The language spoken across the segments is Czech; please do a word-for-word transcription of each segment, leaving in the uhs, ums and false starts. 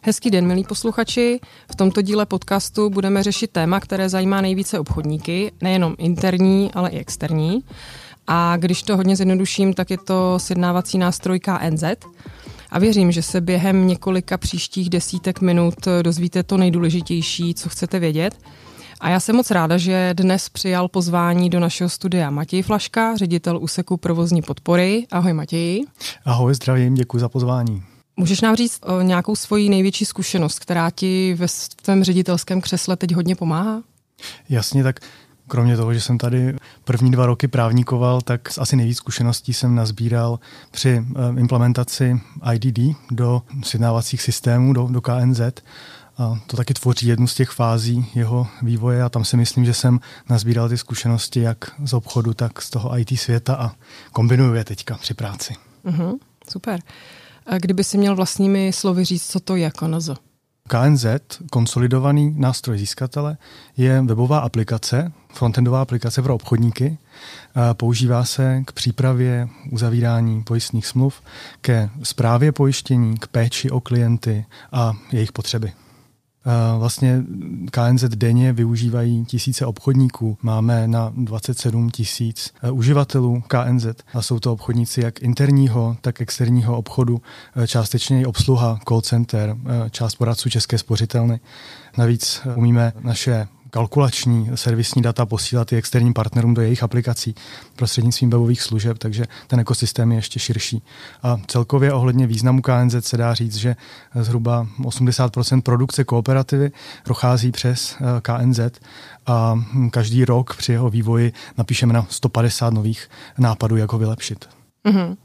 Hezký den, milí posluchači. V tomto díle podcastu budeme řešit téma, které zajímá nejvíce obchodníky, nejenom interní, ale i externí. A když to hodně zjednoduším, tak je to sjednávací nástroj K N Z. A věřím, že se během několika příštích desítek minut dozvíte to nejdůležitější, co chcete vědět. A já jsem moc ráda, že dnes přijal pozvání do našeho studia Matěj Flaška, ředitel úseku provozní podpory. Ahoj Matěji. Ahoj, zdravím, děkuji za pozvání. Můžeš nám říct o nějakou svoji největší zkušenost, která ti ve svém ředitelském křesle teď hodně pomáhá? Jasně, tak kromě toho, že jsem tady první dva roky právníkoval, tak asi nejvíc zkušeností jsem nazbíral při implementaci I D D do sjednávacích systémů, do, do K N Z. A to taky tvoří jednu z těch fází jeho vývoje a tam si myslím, že jsem nazbíral ty zkušenosti jak z obchodu, tak z toho I T světa a kombinuju je teďka při práci. Uh-huh, super. A kdyby si měl vlastními slovy říct, co to je K N Z? K N Z, konsolidovaný nástroj získatele, je webová aplikace, frontendová aplikace pro obchodníky. Používá se k přípravě uzavírání pojistných smluv, ke správě pojištění, k péči o klienty a jejich potřeby. Vlastně K N Z denně využívají tisíce obchodníků. Máme na dvacet sedm tisíc uživatelů K N Z a jsou to obchodníci jak interního, tak externího obchodu, částečně i obsluha, call center, část poradců České spořitelny. Navíc umíme naše kalkulační servisní data posílat i externím partnerům do jejich aplikací prostřednictvím webových služeb, takže ten ekosystém je ještě širší. A celkově ohledně významu K N Z se dá říct, že zhruba osmdesát procent produkce kooperativy prochází přes K N Z a každý rok při jeho vývoji napíšeme na sto padesát nových nápadů, jak ho vylepšit. Mm-hmm.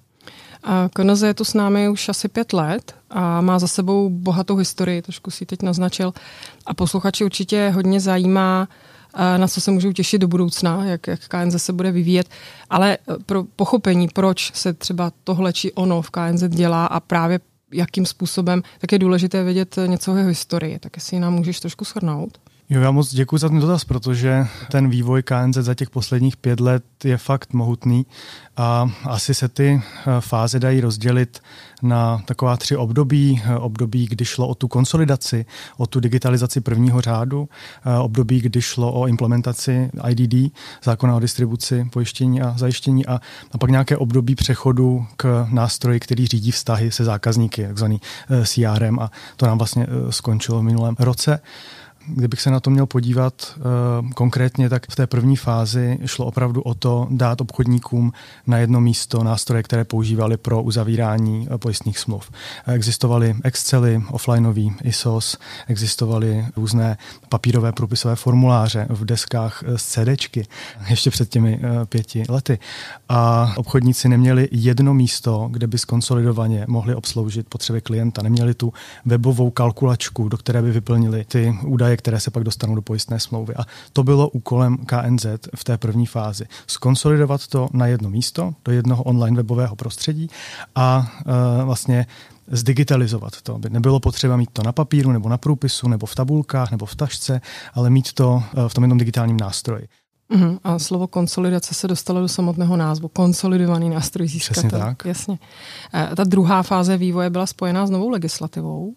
K N Z je tu s námi už asi pět let a má za sebou bohatou historii, trošku si teď naznačil. A posluchači určitě hodně zajímá, na co se můžou těšit do budoucna, jak, jak K N Z se bude vyvíjet. Ale pro pochopení, proč se třeba tohle či ono v K N Z dělá a právě jakým způsobem, tak je důležité vědět něco o jeho historii. Tak jestli nám můžeš trošku shrnout. Jo, já moc děkuji za ten dotaz, protože ten vývoj K N Z za těch posledních pět let je fakt mohutný a asi se ty fáze dají rozdělit na taková tři období. Období, kdy šlo o tu konsolidaci, o tu digitalizaci prvního řádu, období, kdy šlo o implementaci I D D, zákona o distribuci, pojištění a zajištění a, a pak nějaké období přechodu k nástroji, který řídí vztahy se zákazníky, takzvaný C R M a to nám vlastně skončilo v minulém roce. Kdybych se na to měl podívat uh, konkrétně, tak v té první fázi šlo opravdu o to dát obchodníkům na jedno místo nástroje, které používali pro uzavírání uh, pojistných smluv. Existovaly Excely, offlineový I S O S, existovaly různé papírové průpisové formuláře v deskách z CDčky ještě před těmi uh, pěti lety. A obchodníci neměli jedno místo, kde by skonsolidovaně mohli obsloužit potřeby klienta. Neměli tu webovou kalkulačku, do které by vyplnili ty údaje, které se pak dostanou do pojistné smlouvy. A to bylo úkolem K N Z v té první fázi. Skonsolidovat to na jedno místo, do jednoho online webového prostředí a e, vlastně zdigitalizovat to, aby nebylo potřeba mít to na papíru nebo na průpisu nebo v tabulkách nebo v tašce, ale mít to v tom jednom digitálním nástroji. Uhum. A slovo konsolidace se dostalo do samotného názvu. Konsolidovaný nástroj získatel. Přesně tak. Jasně. E, ta druhá fáze vývoje byla spojená s novou legislativou.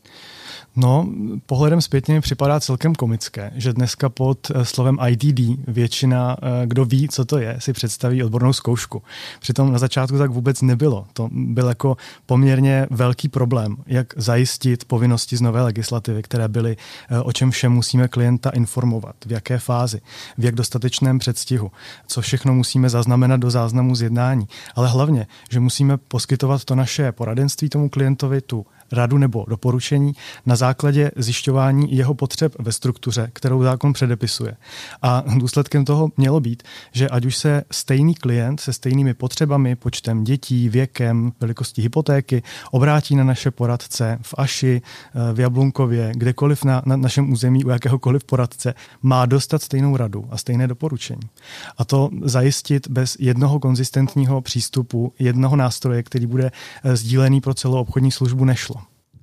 No, pohledem zpětně mi připadá celkem komické, že dneska pod slovem I D D většina, kdo ví, co to je, si představí odbornou zkoušku. Přitom na začátku tak vůbec nebylo. To byl jako poměrně velký problém, jak zajistit povinnosti z nové legislativy, které byly, o čem všem musíme klienta informovat, v jaké fázi, v jak dostatečném předstihu, co všechno musíme zaznamenat do záznamu z jednání. Ale hlavně, že musíme poskytovat to naše poradenství tomu klientovi, tu radu nebo doporučení na základě zjišťování jeho potřeb ve struktuře, kterou zákon předepisuje. A důsledkem toho mělo být, že ať už se stejný klient se stejnými potřebami, počtem dětí, věkem, velikostí hypotéky obrátí na naše poradce v Aši, v Jablunkově, kdekoliv na, na našem území u jakéhokoliv poradce, má dostat stejnou radu a stejné doporučení. A to zajistit bez jednoho konzistentního přístupu, jednoho nástroje, který bude sdílený pro celou obchodní službu, nešlo. A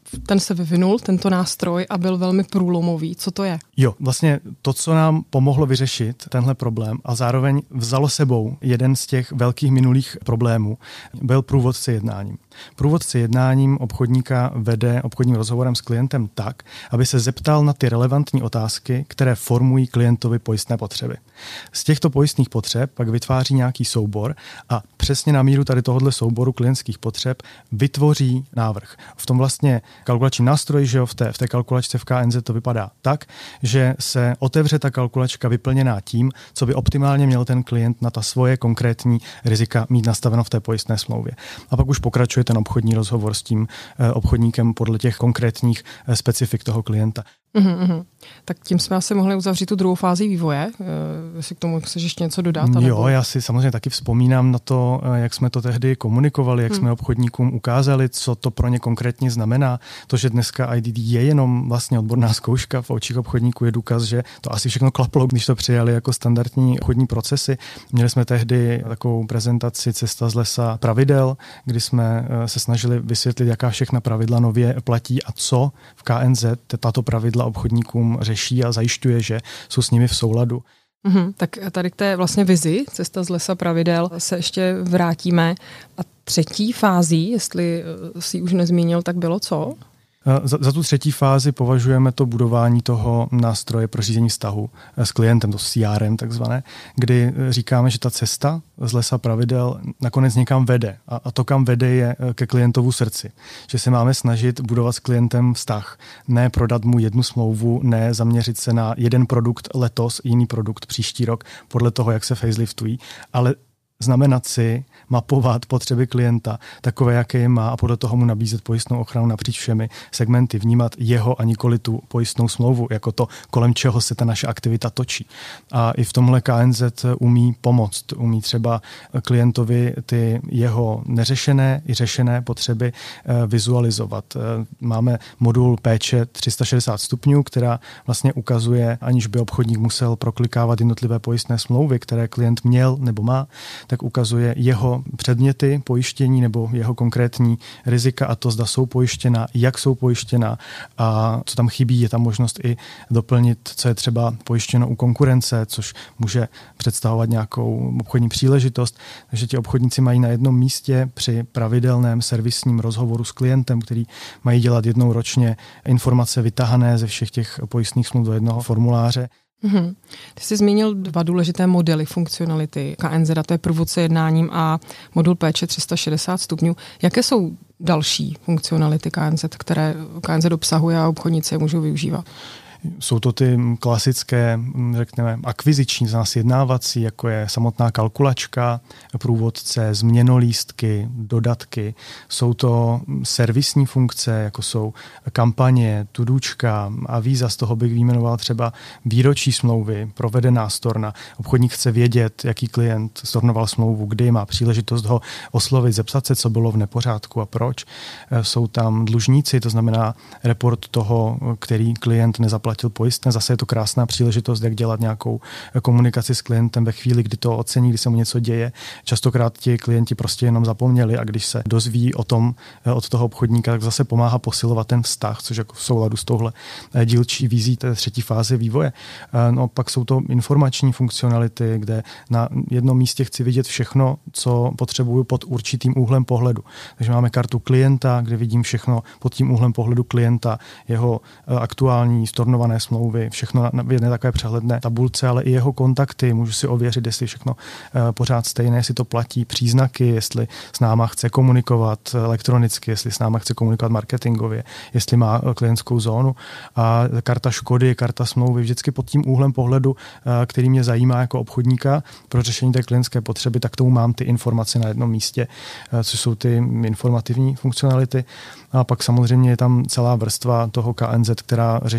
ten se vyvinul, tento nástroj, a byl velmi průlomový. Co to je? Jo, vlastně to, co nám pomohlo vyřešit tenhle problém a zároveň vzalo sebou jeden z těch velkých minulých problémů, byl průvodce jednáním. Průvodce jednáním obchodníka vede obchodním rozhovorem s klientem tak, aby se zeptal na ty relevantní otázky, které formují klientovi pojistné potřeby. Z těchto pojistných potřeb pak vytváří nějaký soubor a přesně na míru tady tohohle souboru klientských potřeb vytvoří návrh. V tom vlastně kalkulačním nástroji, že jo, v té, v té kalkulačce v K N Z to vypadá tak, že se otevře ta kalkulačka vyplněná tím, co by optimálně měl ten klient na ta svoje konkrétní rizika mít nastaveno v té pojistné smlouvě. A pak už pokračuje ten obchodní rozhovor s tím eh, obchodníkem podle těch konkrétních eh, specifik toho klienta. Uhum, tak tím jsme asi mohli uzavřít tu druhou fázi vývoje. Jestli k tomu chceš ještě něco dodat? Jo, nebo... já si samozřejmě taky vzpomínám na to, jak jsme to tehdy komunikovali, jak hmm. jsme obchodníkům ukázali, co to pro ně konkrétně znamená. To, že dneska I D D je jenom vlastně odborná zkouška v očích obchodníků, je důkaz, že to asi všechno klaplo, když to přijali jako standardní obchodní procesy. Měli jsme tehdy takovou prezentaci Cesta z lesa pravidel, kdy jsme se snažili vysvětlit, jaká všechna pravidla nově platí a co v K N Z tato pravidla obchodníkům řeší a zajišťuje, že jsou s nimi v souladu. Uhum, tak tady k té vlastně vizi Cesta z lesa pravidel se ještě vrátíme. A třetí fází, jestli si už nezmínil, tak bylo co? Za, za tu třetí fázi považujeme to budování toho nástroje pro řízení vztahu s klientem, to C R M takzvané, kdy říkáme, že ta cesta z lesa pravidel nakonec někam vede. A, a to, kam vede, je ke klientovu srdci. Že se máme snažit budovat s klientem vztah. Ne prodat mu jednu smlouvu, ne zaměřit se na jeden produkt letos, jiný produkt příští rok, podle toho, jak se faceliftují, ale znamenat si, mapovat potřeby klienta, takové, jaké je má, a podle toho mu nabízet pojistnou ochranu napříč všemi segmenty, vnímat jeho a nikoli tu pojistnou smlouvu, jako to, kolem čeho se ta naše aktivita točí. A i v tomhle K N Z umí pomoct, umí třeba klientovi ty jeho neřešené i řešené potřeby vizualizovat. Máme modul péče tři sta šedesát stupňů, která vlastně ukazuje, aniž by obchodník musel proklikávat jednotlivé pojistné smlouvy, které klient měl nebo má, tak ukazuje jeho předměty pojištění nebo jeho konkrétní rizika a to, zda jsou pojištěna, jak jsou pojištěna a co tam chybí. Je tam možnost i doplnit, co je třeba pojištěno u konkurence, což může představovat nějakou obchodní příležitost. Takže ti obchodníci mají na jednom místě při pravidelném servisním rozhovoru s klientem, který mají dělat jednou ročně, informace vytahané ze všech těch pojistných smluv do jednoho formuláře. Mm-hmm. Ty jsi zmínil dva důležité modely funkcionality K N Z, a to je průvodce jednáním a modul péče tři sta šedesát stupňů. Jaké jsou další funkcionality K N Z, které K N Z obsahuje a obchodníci je můžou využívat? Jsou to ty klasické, řekněme, akviziční, znamená jednávací, jako je samotná kalkulačka, průvodce, změnolístky, dodatky. Jsou to servisní funkce, jako jsou kampaně, tudůčka, avíza, z toho bych vyjmenoval třeba výročí smlouvy, provedená storna. Obchodník chce vědět, jaký klient stornoval smlouvu, kdy má příležitost ho oslovit, zeptat se, co bylo v nepořádku a proč. Jsou tam dlužníci, to znamená report toho, který klient nezaplatil pojistné. Zase je to krásná příležitost, jak dělat nějakou komunikaci s klientem ve chvíli, kdy to ocení, kdy se mu něco děje. Častokrát ti klienti prostě jenom zapomněli a když se dozví o tom od toho obchodníka, tak zase pomáhá posilovat ten vztah, což jako v souladu s touhle dílčí vizí té třetí fáze vývoje. No, pak jsou to informační funkcionality, kde na jednom místě chci vidět všechno, co potřebuju pod určitým úhlem pohledu. Takže máme kartu klienta, kde vidím všechno pod tím úhlem pohledu klienta, jeho aktuální stornované smlouvy, všechno v jedné takové přehledné tabulce, ale i jeho kontakty. Můžu si ověřit, jestli všechno uh, pořád stejné, jestli to platí, příznaky, jestli s náma chce komunikovat elektronicky, jestli s náma chce komunikovat marketingově, jestli má uh, klientskou zónu. A karta škody, karta smlouvy, vždycky pod tím úhlem pohledu, uh, který mě zajímá jako obchodníka pro řešení té klientské potřeby, tak tomu mám ty informace na jednom místě, uh, což jsou ty informativní funkcionality. A pak samozřejmě je tam celá vrstva toho K N Z, která řeší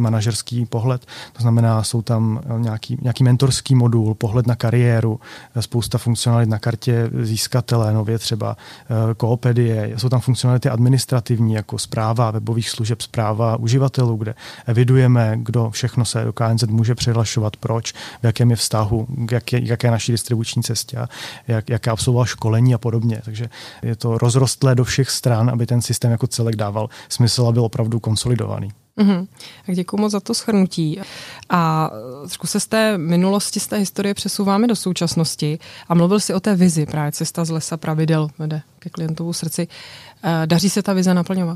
manažerský pohled. To znamená, jsou tam nějaký, nějaký mentorský modul, pohled na kariéru, spousta funkcionalit na kartě získatele, nově třeba koopedie, jsou tam funkcionality administrativní, jako správa webových služeb, správa uživatelů, kde evidujeme, kdo všechno se do K N Z může přihlašovat, proč, v jakém je vztahu, jaké, jaké je naší distribuční cestě, jak, jaké absolvoval školení a podobně. Takže je to rozrostlé do všech stran, aby ten systém jako celek dával smysl a byl opravdu konsolidovaný. Mm-hmm. Tak děkuji moc za to shrnutí. A trošku se z té minulosti, z té historie přesouváme do současnosti a mluvil si o té vizi, právě cesta z lesa pravidel vede ke klientovu srdci. Daří se ta vize naplňovat?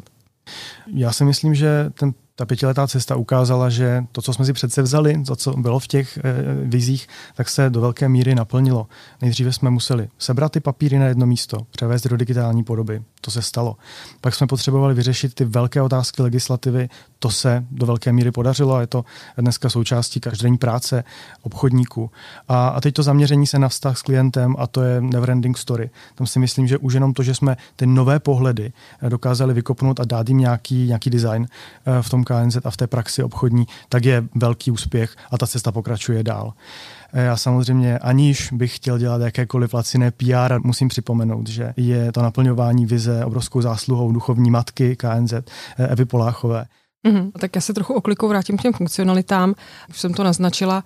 Já si myslím, že ten Ta pětiletá cesta ukázala, že to, co jsme si přece vzali, to, co bylo v těch e, vizích, tak se do velké míry naplnilo. Nejdříve jsme museli sebrat ty papíry na jedno místo, převést do digitální podoby. To se stalo. Pak jsme potřebovali vyřešit ty velké otázky legislativy. To se do velké míry podařilo a je to dneska součástí každodenní práce obchodníků. A, a teď to zaměření se na vztah s klientem a to je neverending story. Tam si myslím, že už jenom to, že jsme ty nové pohledy dokázali vykopnout a dát jim nějaký, nějaký design v tom K N Z a v té praxi obchodní, tak je velký úspěch a ta cesta pokračuje dál. Já samozřejmě, aniž bych chtěl dělat jakékoliv laciné P R, musím připomenout, že je to naplňování vize obrovskou zásluhou duchovní matky K N Z, Evy Poláchové. Mm-hmm. Tak já se trochu oklikou vrátím k těm funkcionalitám. Už jsem to naznačila.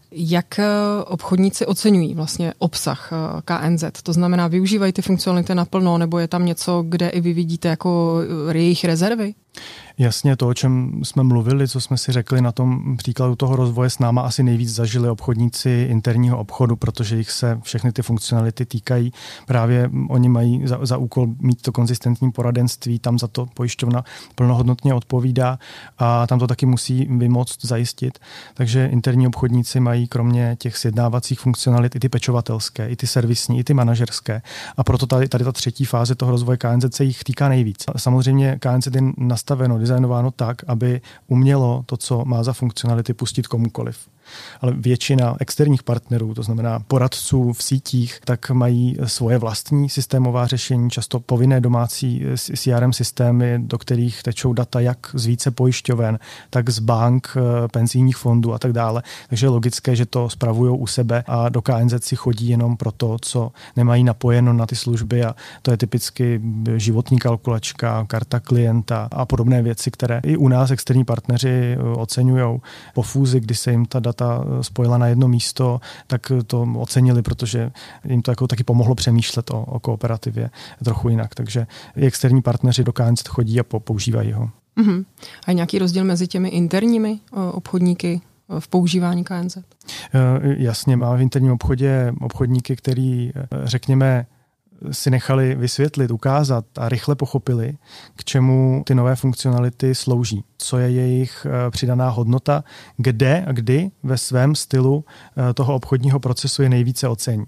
Jak obchodníci oceňují vlastně obsah K N Z? To znamená, využívají ty funkcionality naplno, nebo je tam něco, kde i vy vidíte jako jejich rezervy? Jasně, to, o čem jsme mluvili, co jsme si řekli na tom příkladu toho rozvoje, s náma asi nejvíc zažili obchodníci interního obchodu, protože jich se všechny ty funkcionality týkají. Právě oni mají za, za úkol mít to konzistentní poradenství, tam za to pojišťovna plnohodnotně odpovídá a tam to taky musí vymoct zajistit. Takže interní obchodníci mají kromě těch sjednávacích funkcionalit i ty pečovatelské, i ty servisní, i ty manažerské. A proto tady, tady ta třetí fáze toho rozvoje K N Z se jich týká nejvíc. Samozřejmě K N Z je nastaveno, designováno tak, aby umělo to, co má za funkcionality, pustit komukoliv. Ale většina externích partnerů, to znamená poradců v sítích, tak mají svoje vlastní systémová řešení, často povinné domácí C R M systémy, do kterých tečou data jak z více pojišťoven, tak z bank, penzijních fondů a tak dále. Takže je logické, že to spravují u sebe a do K N Z si chodí jenom pro to, co nemají napojeno na ty služby a to je typicky životní kalkulačka, karta klienta a podobné věci, které i u nás externí partneři oceňují. Po fúzi, kdy se jim ta data spojila na jedno místo, tak to ocenili, protože jim to jako taky pomohlo přemýšlet o, o kooperativě trochu jinak. Takže i externí partneři do K N Z chodí a používají ho. Uh-huh. A je nějaký rozdíl mezi těmi interními obchodníky v používání K N Z? Jasně, máme v interním obchodě obchodníky, který, řekněme, si nechali vysvětlit, ukázat a rychle pochopili, k čemu ty nové funkcionality slouží, co je jejich přidaná hodnota, kde a kdy ve svém stylu toho obchodního procesu je nejvíce ocení.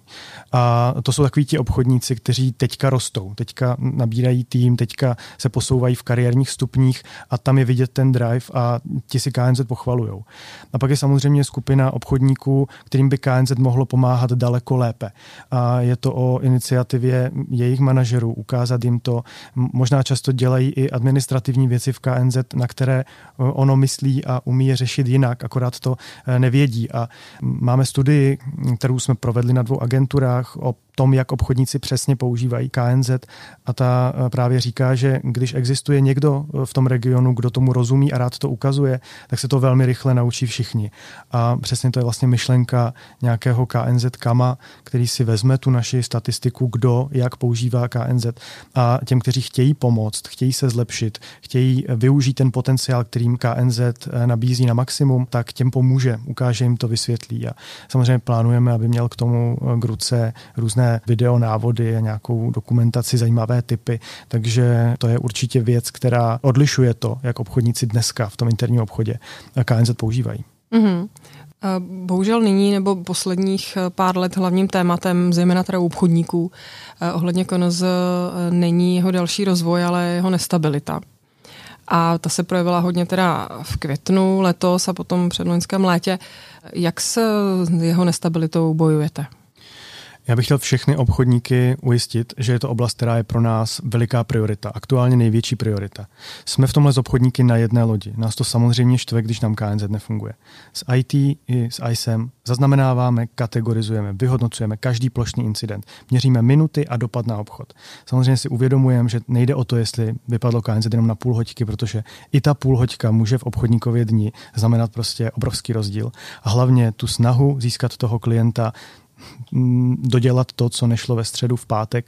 A to jsou takoví ti obchodníci, kteří teďka rostou, teďka nabírají tým, teďka se posouvají v kariérních stupních a tam je vidět ten drive a ti si K N Z pochvalujou. A pak je samozřejmě skupina obchodníků, kterým by K N Z mohlo pomáhat daleko lépe. A je to o iniciativě jejich manažerů, ukázat jim to. Možná často dělají i administrativní věci v K N Z, na které ono myslí a umí je řešit jinak, akorát to nevědí. A máme studii, kterou jsme provedli na dvou agenturách o tom, jak obchodníci přesně používají K N Z a ta právě říká, že když existuje někdo v tom regionu, kdo tomu rozumí a rád to ukazuje, tak se to velmi rychle naučí všichni. A přesně to je vlastně myšlenka nějakého K N Z Kama, který si vezme tu naši statistiku, kdo jak používá K N Z a těm, kteří chtějí pomoct, chtějí se zlepšit, chtějí využít ten potenciál, kterým K N Z nabízí na maximum, tak těm pomůže, ukáže jim to, vysvětlí. A samozřejmě plánujeme, aby měl k tomu k ruce různé videonávody a nějakou dokumentaci, zajímavé typy. Takže to je určitě věc, která odlišuje to, jak obchodníci dneska v tom interním obchodě K N Z používají. Mm-hmm. Bohužel nyní nebo posledních pár let hlavním tématem, zejména teda obchodníků, ohledně K N Z není jeho další rozvoj, ale jeho nestabilita. A ta se projevila hodně teda v květnu letos a potom před loňském létě. Jak s jeho nestabilitou bojujete? Já bych chtěl všechny obchodníky ujistit, že je to oblast, která je pro nás veliká priorita, aktuálně největší priorita. Jsme v tomhle s obchodníky na jedné lodi. Nás to samozřejmě štve, když nám K N Z nefunguje. S I T i s I S em zaznamenáváme, kategorizujeme, vyhodnocujeme každý plošný incident. Měříme minuty a dopad na obchod. Samozřejmě si uvědomujeme, že nejde o to, jestli vypadlo K N Z jenom na půl hoďky, protože i ta půl hoďka může v obchodníkově dni znamenat prostě obrovský rozdíl. A hlavně tu snahu získat toho klienta, dodělat to, co nešlo ve středu, v pátek,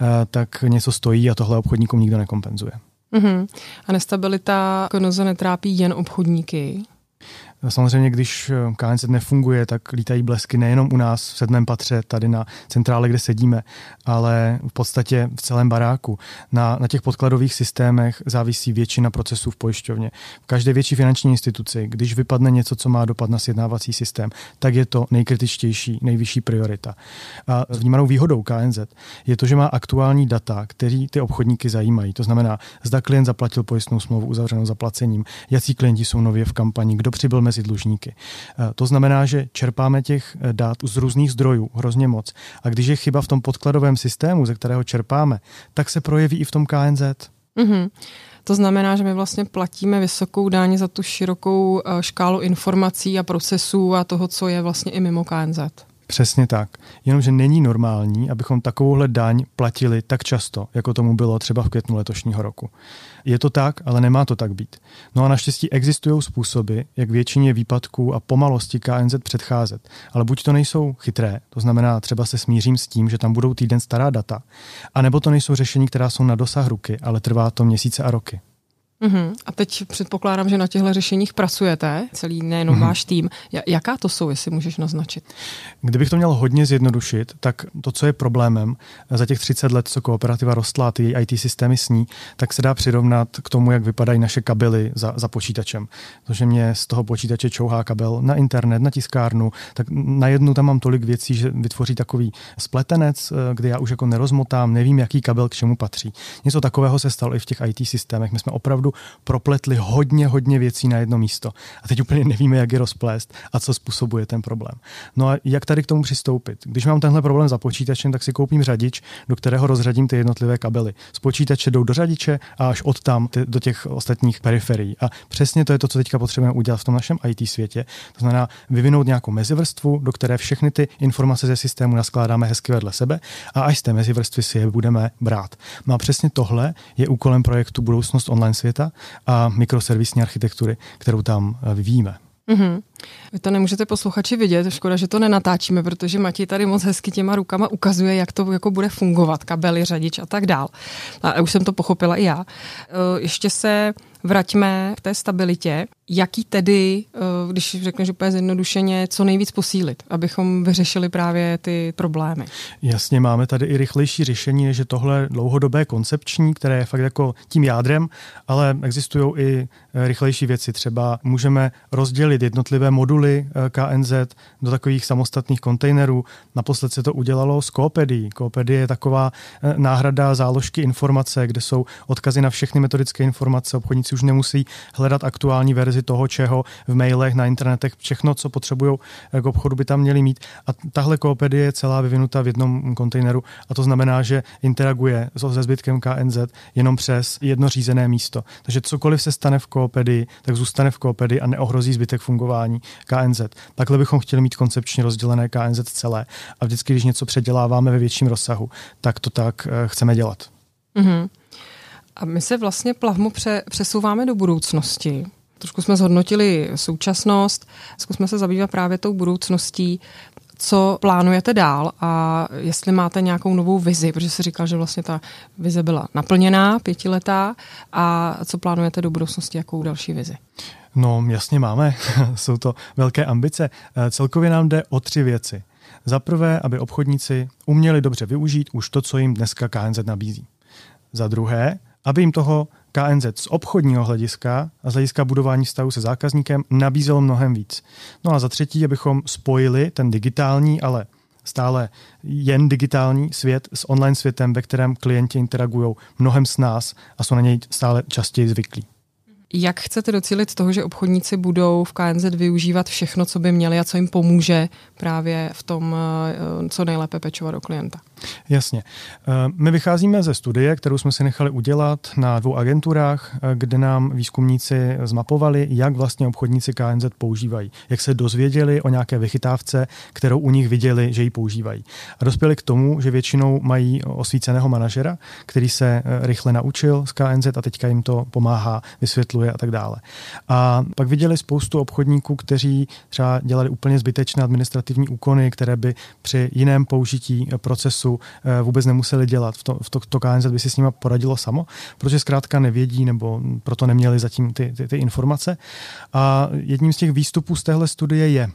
tak něco stojí a tohle obchodníkům nikdo nekompenzuje. Uh-huh. A nestabilita konoze netrápí jen obchodníky? Samozřejmě, když K N Z nefunguje, tak lítají blesky nejenom u nás v sedmém patře, tady na centrále, kde sedíme, ale v podstatě v celém baráku. Na, na těch podkladových systémech závisí většina procesů v pojišťovně. V každé větší finanční instituci, když vypadne něco, co má dopad na sjednávací systém, tak je to nejkritičtější, nejvyšší priorita. A vnímanou výhodou K N Z je to, že má aktuální data, které ty obchodníky zajímají. To znamená, zda klient zaplatil pojistnou smlouvu uzavřenou zaplacením, jací klienti jsou nově v kampani, kdo přibyl mezi dlužníky. To znamená, že čerpáme těch dat z různých zdrojů hrozně moc. A když je chyba v tom podkladovém systému, ze kterého čerpáme, tak se projeví i v tom K N Z. Mm-hmm. To znamená, že my vlastně platíme vysokou daň za tu širokou škálu informací a procesů a toho, co je vlastně i mimo K N Z. Přesně tak. Jenomže není normální, abychom takovouhle daň platili tak často, jako tomu bylo třeba v květnu letošního roku. Je to tak, ale nemá to tak být. No a naštěstí existují způsoby, jak většině výpadků a pomalosti K N Z předcházet. Ale buď to nejsou chytré, to znamená třeba se smířím s tím, že tam budou týden stará data, anebo to nejsou řešení, která jsou na dosah ruky, ale trvá to měsíce a roky. Uhum. A teď předpokládám, že na těchto řešeních pracujete, celý nejenom uhum. váš tým. Jaká to jsou, jestli můžeš naznačit? Kdybych to měl hodně zjednodušit, tak to, co je problémem za těch třicet let, co Kooperativa rostla a ty I T systémy s ní, tak se dá přirovnat k tomu, jak vypadají naše kabely za, za počítačem. Protože mě z toho počítače čouhá kabel na internet, na tiskárnu, tak na jednu tam mám tolik věcí, že vytvoří takový spletenec, kdy já už jako nerozmotám, nevím, jaký kabel k čemu patří. Něco takového se stalo i v těch I T systémech. My jsme opravdu propletli hodně, hodně věcí na jedno místo. A teď úplně nevíme, jak je rozplést a co způsobuje ten problém. No a jak tady k tomu přistoupit? Když mám tenhle problém za počítačem, tak si koupím řadič, do kterého rozřadím ty jednotlivé kabely. Z počítače jdou do řadiče a až odtam ty, do těch ostatních periferií. A přesně to je to, co teďka potřebujeme udělat v tom našem I T světě. To znamená vyvinout nějakou mezivrstvu, do které všechny ty informace ze systému naskládáme hezky vedle sebe a až z té mezivrstvy si je budeme brát. No a přesně tohle je úkolem projektu Budoucnost online světa a mikroservisní architektury, kterou tam vyvíjíme. Mm-hmm. Vy to nemůžete posluchači vidět, škoda, že to nenatáčíme, protože Matěj tady moc hezky těma rukama ukazuje, jak to jako bude fungovat, kabely, řadič a tak dál. A už jsem to pochopila i já. Ještě se vraťme k té stabilitě. Jaký tedy, když řekneš úplně zjednodušeně, co nejvíc posílit, abychom vyřešili právě ty problémy? Jasně, máme tady i rychlejší řešení, než je tohle dlouhodobé koncepční, které je fakt jako tím jádrem, ale existují i rychlejší věci. Třeba můžeme rozdělit jednotlivé moduly K N Z do takových samostatných kontejnerů. Naposled se to udělalo s Koopedií. Koopedie je taková náhrada záložky informace, kde jsou odkazy na všechny metodické informace. Obchodníci už nemusí hledat aktuální verzi toho, čeho v mailech, na internetech, všechno, co potřebují k obchodu, by tam měli mít. A tahle Koopedie je celá vyvinuta v jednom kontejneru a to znamená, že interaguje se zbytkem K N Z jenom přes jedno řízené místo. Takže cokoliv se stane v Koopedii, tak zůstane v Koopedii a neohrozí zbytek fungování K N Z. Takhle bychom chtěli mít koncepčně rozdělené K N Z celé. A vždycky, když něco předěláváme ve větším rozsahu, tak to tak chceme dělat. Mm-hmm. A my se vlastně plavmo pře- přesouváme do budoucnosti. Trošku jsme zhodnotili současnost, zkusme se zabývat právě tou budoucností. Co plánujete dál a jestli máte nějakou novou vizi, protože jsi říkal, že vlastně ta vize byla naplněná, pětiletá, a co plánujete do budoucnosti, jakou další vizi? No jasně máme, jsou to velké ambice. Celkově nám jde o tři věci. Za prvé, aby obchodníci uměli dobře využít už to, co jim dneska K N Z nabízí. Za druhé, aby jim toho K N Z z obchodního hlediska a z hlediska budování vztahu se zákazníkem nabízelo mnohem víc. No a za třetí, abychom spojili ten digitální, ale stále jen digitální svět s online světem, ve kterém klienti interagují mnohem s nás a jsou na něj stále častěji zvyklí. Jak chcete docílit toho, že obchodníci budou v K N Z využívat všechno, co by měli a co jim pomůže právě v tom, co nejlépe pečovat o klienta? Jasně. My vycházíme ze studie, kterou jsme si nechali udělat na dvou agenturách, kde nám výzkumníci zmapovali, jak vlastně obchodníci K N Z používají, jak se dozvěděli o nějaké vychytávce, kterou u nich viděli, že ji používají. A dospěli k tomu, že většinou mají osvíceného manažera, který se rychle naučil z K N Z a teďka jim to pomáhá, vysvětluje a tak dále. A pak viděli spoustu obchodníků, kteří třeba dělali úplně zbytečné administrativní úkony, které by při jiném použití procesu vůbec nemuseli dělat. V to, v to, to K N Z by si s nimi poradilo samo, protože zkrátka nevědí nebo proto neměli zatím ty, ty, ty informace. A jedním z těch výstupů z téhle studie je: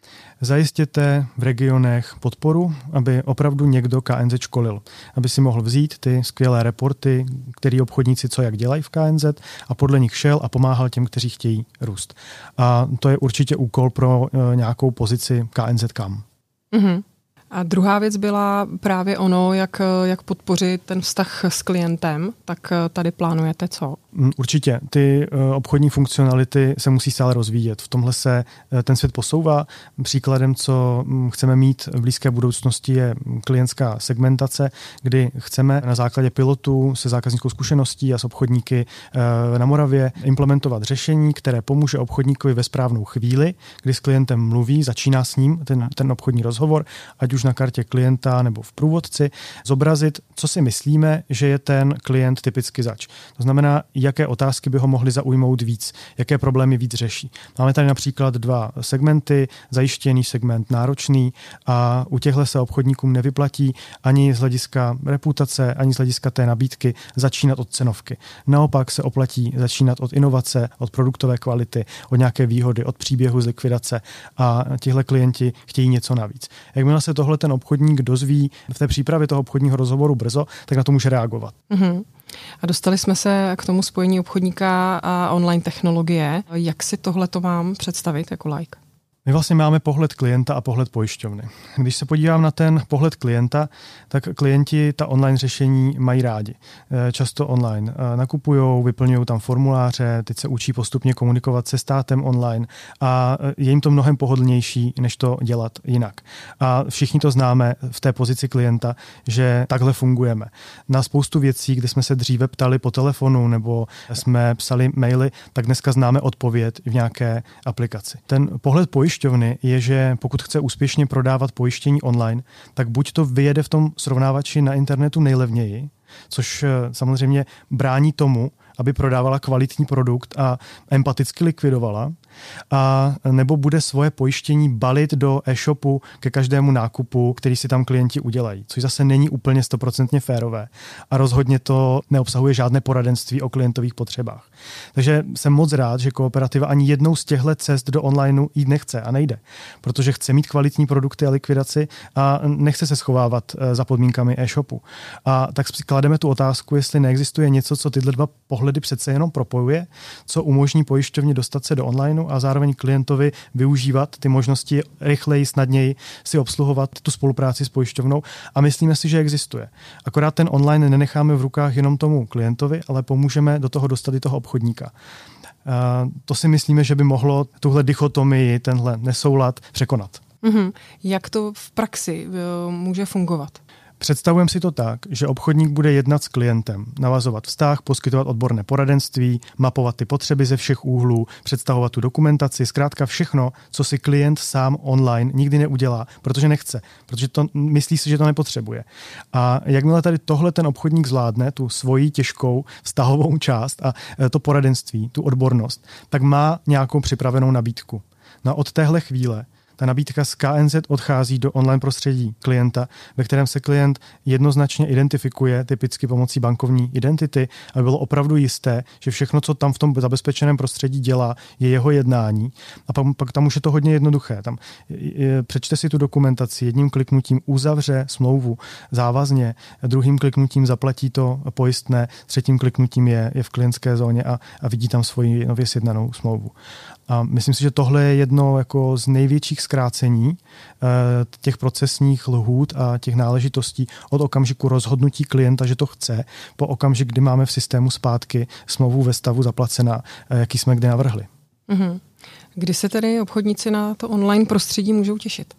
zajistěte v regionech podporu, aby opravdu někdo K N Z školil. Aby si mohl vzít ty skvělé reporty, který obchodníci co jak dělají v K N Z a podle nich šel a pomáhal těm, kteří chtějí růst. A to je určitě úkol pro nějakou pozici K N Z kam. Mm-hmm. A druhá věc byla právě ono, jak, jak podpořit ten vztah s klientem, tak tady plánujete co? Určitě. Ty obchodní funkcionality se musí stále rozvíjet. V tomhle se ten svět posouvá. Příkladem, co chceme mít v blízké budoucnosti, je klientská segmentace, kdy chceme na základě pilotů se zákaznickou zkušeností a s obchodníky na Moravě implementovat řešení, které pomůže obchodníkovi ve správnou chvíli, kdy s klientem mluví, začíná s ním ten, ten obchodní rozhovor, ať už na kartě klienta nebo v průvodci, zobrazit, co si myslíme, že je ten klient typicky zač. To znamená, jaké otázky by ho mohly zaujmout víc, jaké problémy víc řeší. Máme tady například dva segmenty, zajištěný segment, náročný, a u těchto se obchodníkům nevyplatí ani z hlediska reputace, ani z hlediska té nabídky začínat od cenovky. Naopak se oplatí začínat od inovace, od produktové kvality, od nějaké výhody, od příběhu z likvidace, a tihle klienti chtějí něco navíc. Jakmile se tohle ten obchodník dozví v té přípravě toho obchodního rozhovoru brzo, tak na to může reagovat. Mm-hmm. A dostali jsme se k tomu spojení obchodníka a online technologie. Jak si tohle to mám představit jako like? My vlastně máme pohled klienta a pohled pojišťovny. Když se podívám na ten pohled klienta, tak klienti ta online řešení mají rádi. Často online nakupujou, vyplňují tam formuláře, teď se učí postupně komunikovat se státem online a je jim to mnohem pohodlnější, než to dělat jinak. A všichni to známe v té pozici klienta, že takhle fungujeme. Na spoustu věcí, kde jsme se dříve ptali po telefonu nebo jsme psali maily, tak dneska známe odpověď v nějaké aplikaci. Ten pohled pojišťovny je, že pokud chce úspěšně prodávat pojištění online, tak buď to vyjede v tom srovnávači na internetu nejlevněji, což samozřejmě brání tomu, aby prodávala kvalitní produkt a empaticky likvidovala, a nebo bude svoje pojištění balit do e-shopu ke každému nákupu, který si tam klienti udělají, což zase není úplně stoprocentně férové a rozhodně to neobsahuje žádné poradenství o klientových potřebách. Takže jsem moc rád, že Kooperativa ani jednou z těchto cest do onlineu jít nechce a nejde, protože chce mít kvalitní produkty a likvidaci a nechce se schovávat za podmínkami e-shopu. A tak si klademe tu otázku, jestli neexistuje něco, co tyhle dva pohledy přece jenom propojuje, co umožní pojišťovně dostat se do onlineu a zároveň klientovi využívat ty možnosti rychleji, snadněji si obsluhovat tu spolupráci s pojišťovnou, a myslíme si, že existuje. Akorát ten online nenecháme v rukách jenom tomu klientovi, ale pomůžeme do toho dostat i toho obchodníka. A to si myslíme, že by mohlo tuhle dichotomii, tenhle nesoulad překonat. Mm-hmm. Jak to v praxi může fungovat? Představujeme si to tak, že obchodník bude jednat s klientem, navazovat vztah, poskytovat odborné poradenství, mapovat ty potřeby ze všech úhlů, představovat tu dokumentaci, zkrátka všechno, co si klient sám online nikdy neudělá, protože nechce, protože to myslí si, že to nepotřebuje. A jakmile tady tohle ten obchodník zvládne, tu svoji těžkou vztahovou část a to poradenství, tu odbornost, tak má nějakou připravenou nabídku. No a od téhle chvíle ta nabídka z K N Z odchází do online prostředí klienta, ve kterém se klient jednoznačně identifikuje typicky pomocí bankovní identity, aby bylo opravdu jisté, že všechno, co tam v tom zabezpečeném prostředí dělá, je jeho jednání. A pak, pak tam už je to hodně jednoduché. Tam je, přečte si tu dokumentaci, jedním kliknutím uzavře smlouvu závazně, druhým kliknutím zaplatí to pojistné, třetím kliknutím je, je v klientské zóně a, a vidí tam svoji nově sjednanou smlouvu. A myslím si, že tohle je jedno jako z největších zkrácení těch procesních lhůt a těch náležitostí od okamžiku rozhodnutí klienta, že to chce, po okamžik, kdy máme v systému zpátky smlouvu ve stavu zaplacená, jaký jsme kdy navrhli. Mm-hmm. Kdy se tedy obchodníci na to online prostředí můžou těšit?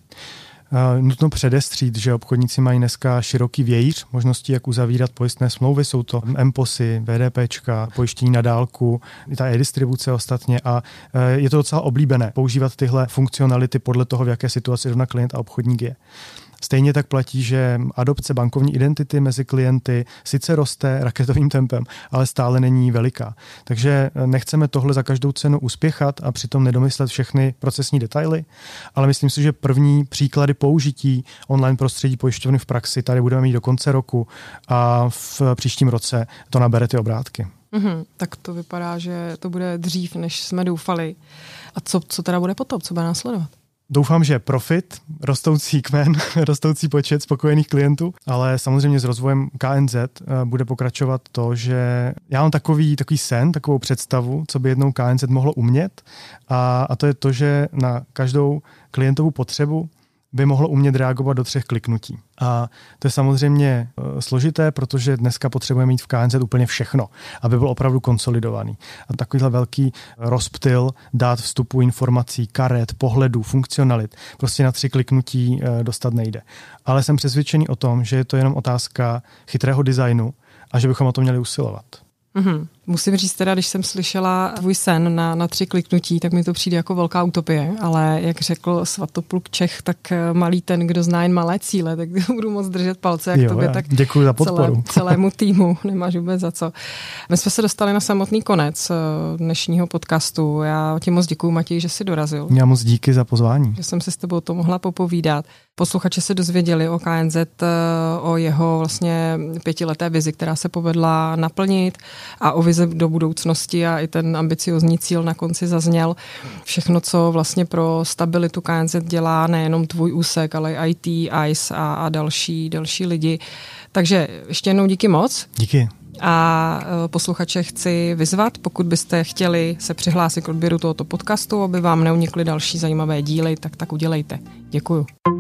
Nutno předestřít, že obchodníci mají dneska široký vějíř možností, jak uzavírat pojistné smlouvy. Jsou to M-posy, VDPčka, pojištění na dálku, i ta e-distribuce ostatně a je to docela oblíbené používat tyhle funkcionality podle toho, v jaké situaci zrovna klient a obchodník je. Stejně tak platí, že adopce bankovní identity mezi klienty sice roste raketovým tempem, ale stále není veliká. Takže nechceme tohle za každou cenu uspěchat a přitom nedomyslet všechny procesní detaily, ale myslím si, že první příklady použití online prostředí pojišťovny v praxi tady budeme mít do konce roku a v příštím roce to nabere ty obrátky. Mm-hmm, tak to vypadá, že to bude dřív, než jsme doufali. A co, co teda bude potom? Co bude následovat? Doufám, že profit, rostoucí kmen, rostoucí počet spokojených klientů, ale samozřejmě s rozvojem K N Z bude pokračovat to, že já mám takový, takový sen, takovou představu, co by jednou K N Z mohlo umět a, a to je to, že na každou klientovou potřebu by mohlo umět reagovat do třech kliknutí. A to je samozřejmě složité, protože dneska potřebujeme mít v K N Z úplně všechno, aby byl opravdu konsolidovaný. A takovýhle velký rozptyl dát vstupu informací, karet, pohledů, funkcionalit prostě na tři kliknutí dostat nejde. Ale jsem přesvědčený o tom, že je to jenom otázka chytrého designu a že bychom o to měli usilovat. Mm-hmm. Musím říct teda, když jsem slyšela tvůj sen na, na tři kliknutí, tak mi to přijde jako velká utopie, ale jak řekl Svatopluk Čech, tak malý ten, kdo zná jen malé cíle, tak budu moc držet palce, jak jo, tobě, tak děkuji za podporu. Celé, celému týmu, nemáš vůbec za co. My jsme se dostali na samotný konec dnešního podcastu. Já ti moc děkuju, Matěj, že jsi dorazil. Já moc díky za pozvání. Že jsem si s tebou to mohla popovídat. Posluchači se dozvěděli o K N Z, o jeho vlastně pětileté vizi, která se povedla naplnit a o vizi do budoucnosti a i ten ambiciozní cíl na konci zazněl. Všechno, co vlastně pro stabilitu K N Z dělá nejenom tvůj úsek, ale i I T, I C E a, a další, další lidi. Takže ještě jednou díky moc. Díky. A posluchače chci vyzvat, pokud byste chtěli se přihlásit k odběru tohoto podcastu, aby vám neunikly další zajímavé díly, tak tak udělejte. Děkuju.